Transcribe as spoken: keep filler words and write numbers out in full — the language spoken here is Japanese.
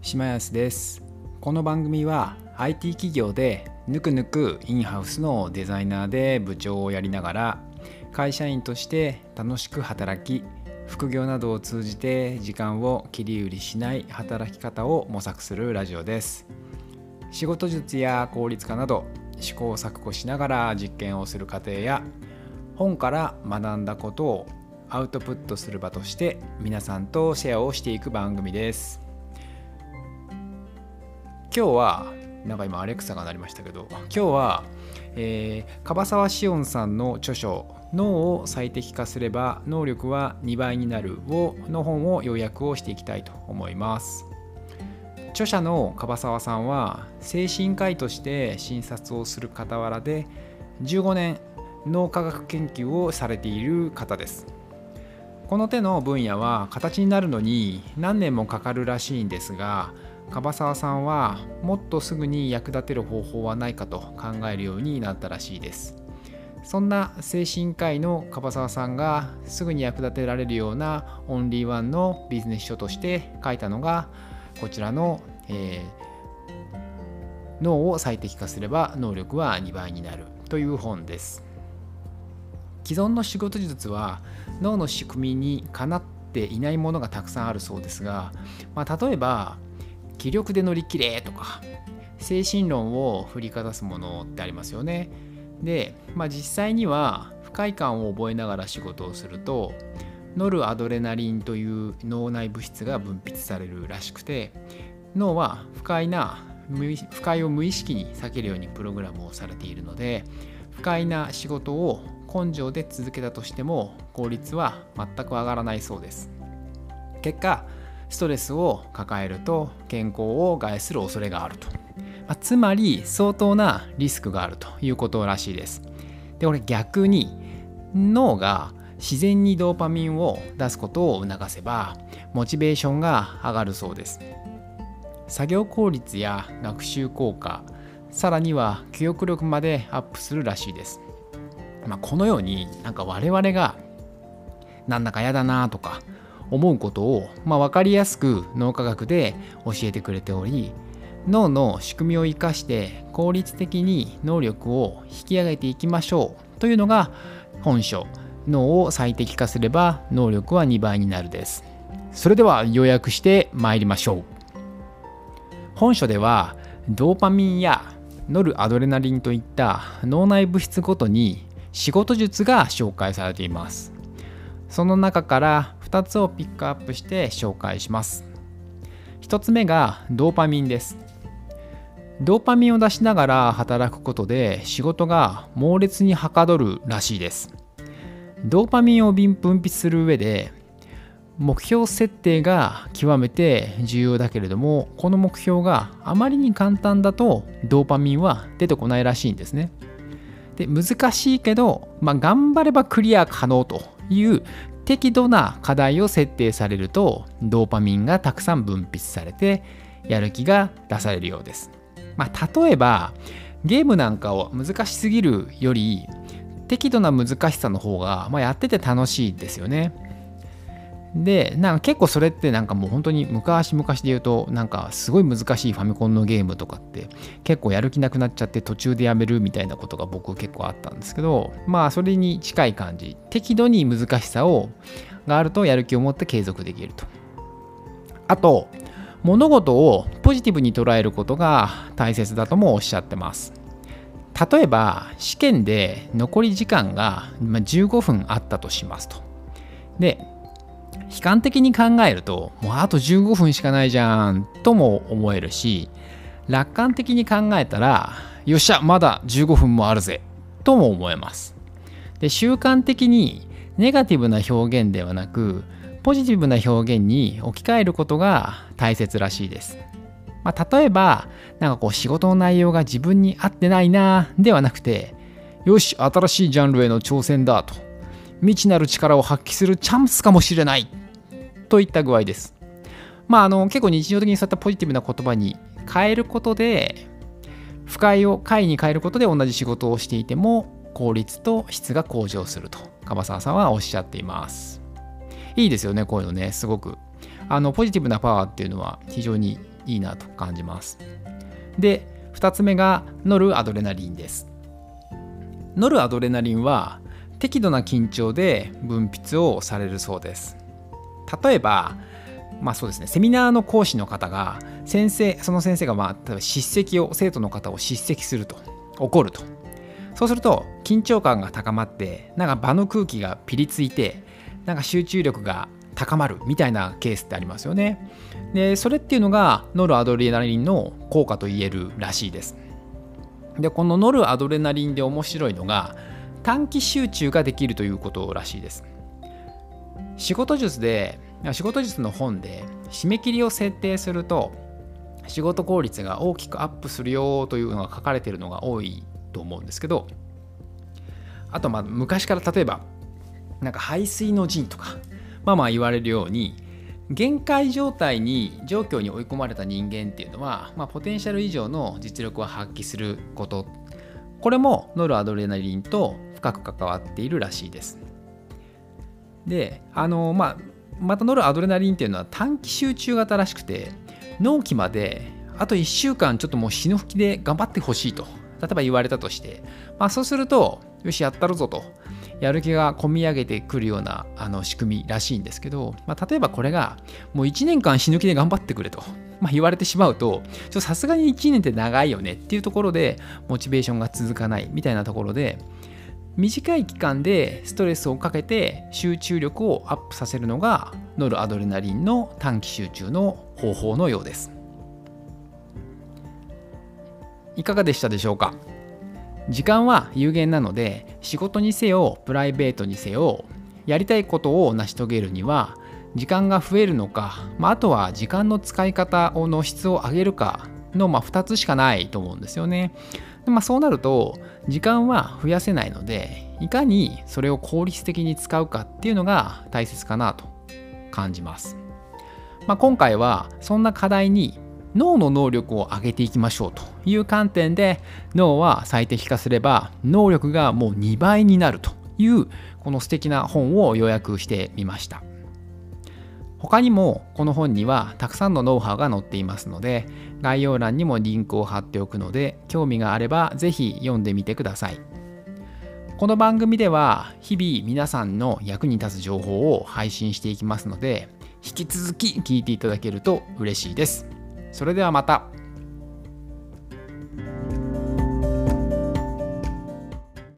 島安です。この番組は アイティー 企業でぬくぬくインハウスのデザイナーで部長をやりながら会社員として楽しく働き、副業などを通じて時間を切り売りしない働き方を模索するラジオです。仕事術や効率化など試行錯誤しながら実験をする過程や本から学んだことをアウトプットする場として皆さんとシェアをしていく番組です。今日はなんか今アレクサが鳴りましたけど、今日は、えー、樺沢紫音さんの著書脳を最適化すれば能力はにばいになるをの本を要約をしていきたいと思います。著者の樺沢さんは精神科医として診察をする傍らでじゅうごねん脳科学研究をされている方です。この手の分野は形になるのに何年もかかるらしいんですが、樺沢さんはもっとすぐに役立てる方法はないかと考えるようになったらしいです。そんな精神科医の樺沢さんがすぐに役立てられるようなオンリーワンのビジネス書として書いたのがこちらの、えー、脳を最適化すれば能力はにばいになるという本です。既存の仕事術は脳の仕組みにかなっていないものがたくさんあるそうですが、まあ、例えば気力で乗り切れとか精神論を振りかざすものってありますよね。で、まあ、実際には不快感を覚えながら仕事をするとノルアドレナリンという脳内物質が分泌されるらしくて、脳は不快な不快を無意識に避けるようにプログラムをされているので、不快な仕事を根性で続けたとしても効率は全く上がらないそうです。結果ストレスを抱えると健康を害する恐れがあると、まあ、つまり相当なリスクがあるということらしいです。で、これ逆に脳が自然にドーパミンを出すことを促せばモチベーションが上がるそうです。作業効率や学習効果、さらには記憶力までアップするらしいです。まあ、このようになんか我々がなんだかやだなとか思うことを、まあ、分かりやすく脳科学で教えてくれており、脳の仕組みを生かして効率的に能力を引き上げていきましょうというのが本書脳を最適化すれば能力はにばいになるです。それでは要約してまいりましょう。本書ではドーパミンやノルアドレナリンといった脳内物質ごとに仕事術が紹介されています。その中からふたつをピックアップして紹介します。ひとつめがドーパミンです。ドーパミンを出しながら働くことで仕事が猛烈にはかどるらしいです。ドーパミンを分泌する上で目標設定が極めて重要だけれども、この目標があまりに簡単だとドーパミンは出てこないらしいんですね。で、難しいけど、まあ、頑張ればクリア可能という適度な課題を設定されるとドーパミンがたくさん分泌されてやる気が出されるようです。まあ、例えばゲームなんかを難しすぎるより適度な難しさの方が、まあ、やってて楽しいですよね。で、なんか結構それってなんかもう本当に昔々で言うとなんかすごい難しいファミコンのゲームとかって結構やる気なくなっちゃって途中でやめるみたいなことが僕結構あったんですけど、まあそれに近い感じ、適度に難しさをがあるとやる気を持って継続できると。あと物事をポジティブに捉えることが大切だともおっしゃってます。例えば試験で残り時間がじゅうごふんあったとしますと。で、悲観的に考えるともうあとじゅうごふんしかないじゃんとも思えるし、楽観的に考えたらよっしゃまだじゅうごふんもあるぜとも思えます。で、習慣的にネガティブな表現ではなくポジティブな表現に置き換えることが大切らしいです。まあ、例えばなんかこう仕事の内容が自分に合ってないなではなくて、よし新しいジャンルへの挑戦だと、未知なる力を発揮するチャンスかもしれないといった具合です。まああの結構日常的にそういったポジティブな言葉に変えることで、不快を快に変えることで同じ仕事をしていても効率と質が向上すると樺沢さんはおっしゃっています。いいですよね、こういうのね。すごくあのポジティブなパワーっていうのは非常にいいなと感じます。で、ふたつめがノルアドレナリンです。ノルアドレナリンは適度な緊張で分泌をされるそうです。例えば、まあそうですね、セミナーの講師の方が先生その先生が、まあ、例えば叱責を生徒の方を叱責すると、怒ると、そうすると緊張感が高まって、なんか場の空気がピリついて、なんか集中力が高まるみたいなケースってありますよね。でそれっていうのがノルアドレナリンの効果と言えるらしいです。でこのノルアドレナリンで面白いのが、短期集中ができるということらしいです。仕事術で仕事術の本で締め切りを設定すると仕事効率が大きくアップするよというのが書かれているのが多いと思うんですけど、あとまあ昔から例えばなんか背水の陣とかまあまあ言われるように、限界状態に状況に追い込まれた人間っていうのは、まあ、ポテンシャル以上の実力を発揮すること、これもノルアドレナリンと深く関わっているらしいです。であのまあまたノルアドレナリンっていうのは短期集中型らしくて、納期まであといっしゅうかんちょっともう死ぬ気で頑張ってほしいと例えば言われたとして、まあ、そうするとよしやったるぞとやる気がこみ上げてくるようなあの仕組みらしいんですけど、まあ、例えばこれがもういちねんかん死ぬ気で頑張ってくれと、まあ、言われてしまうとさすがにいちねんって長いよねっていうところでモチベーションが続かないみたいなところで、短い期間でストレスをかけて集中力をアップさせるのがノルアドレナリンの短期集中の方法のようです。いかがでしたでしょうか。時間は有限なので、仕事にせよプライベートにせよやりたいことを成し遂げるには時間が増えるのか、まあ、あとは時間の使い方の質を上げるかの、まあ、ふたつしかないと思うんですよね。でまあ、そうなると時間は増やせないので、いかにそれを効率的に使うかっていうのが大切かなと感じます。まあ、今回はそんな課題に脳の能力を上げていきましょうという観点で、脳は最適化すれば能力がもうにばいになるというこの素敵な本を要約してみました。他にもこの本にはたくさんのノウハウが載っていますので、概要欄にもリンクを貼っておくので、興味があればぜひ読んでみてください。この番組では日々皆さんの役に立つ情報を配信していきますので、引き続き聞いていただけると嬉しいです。それではまた。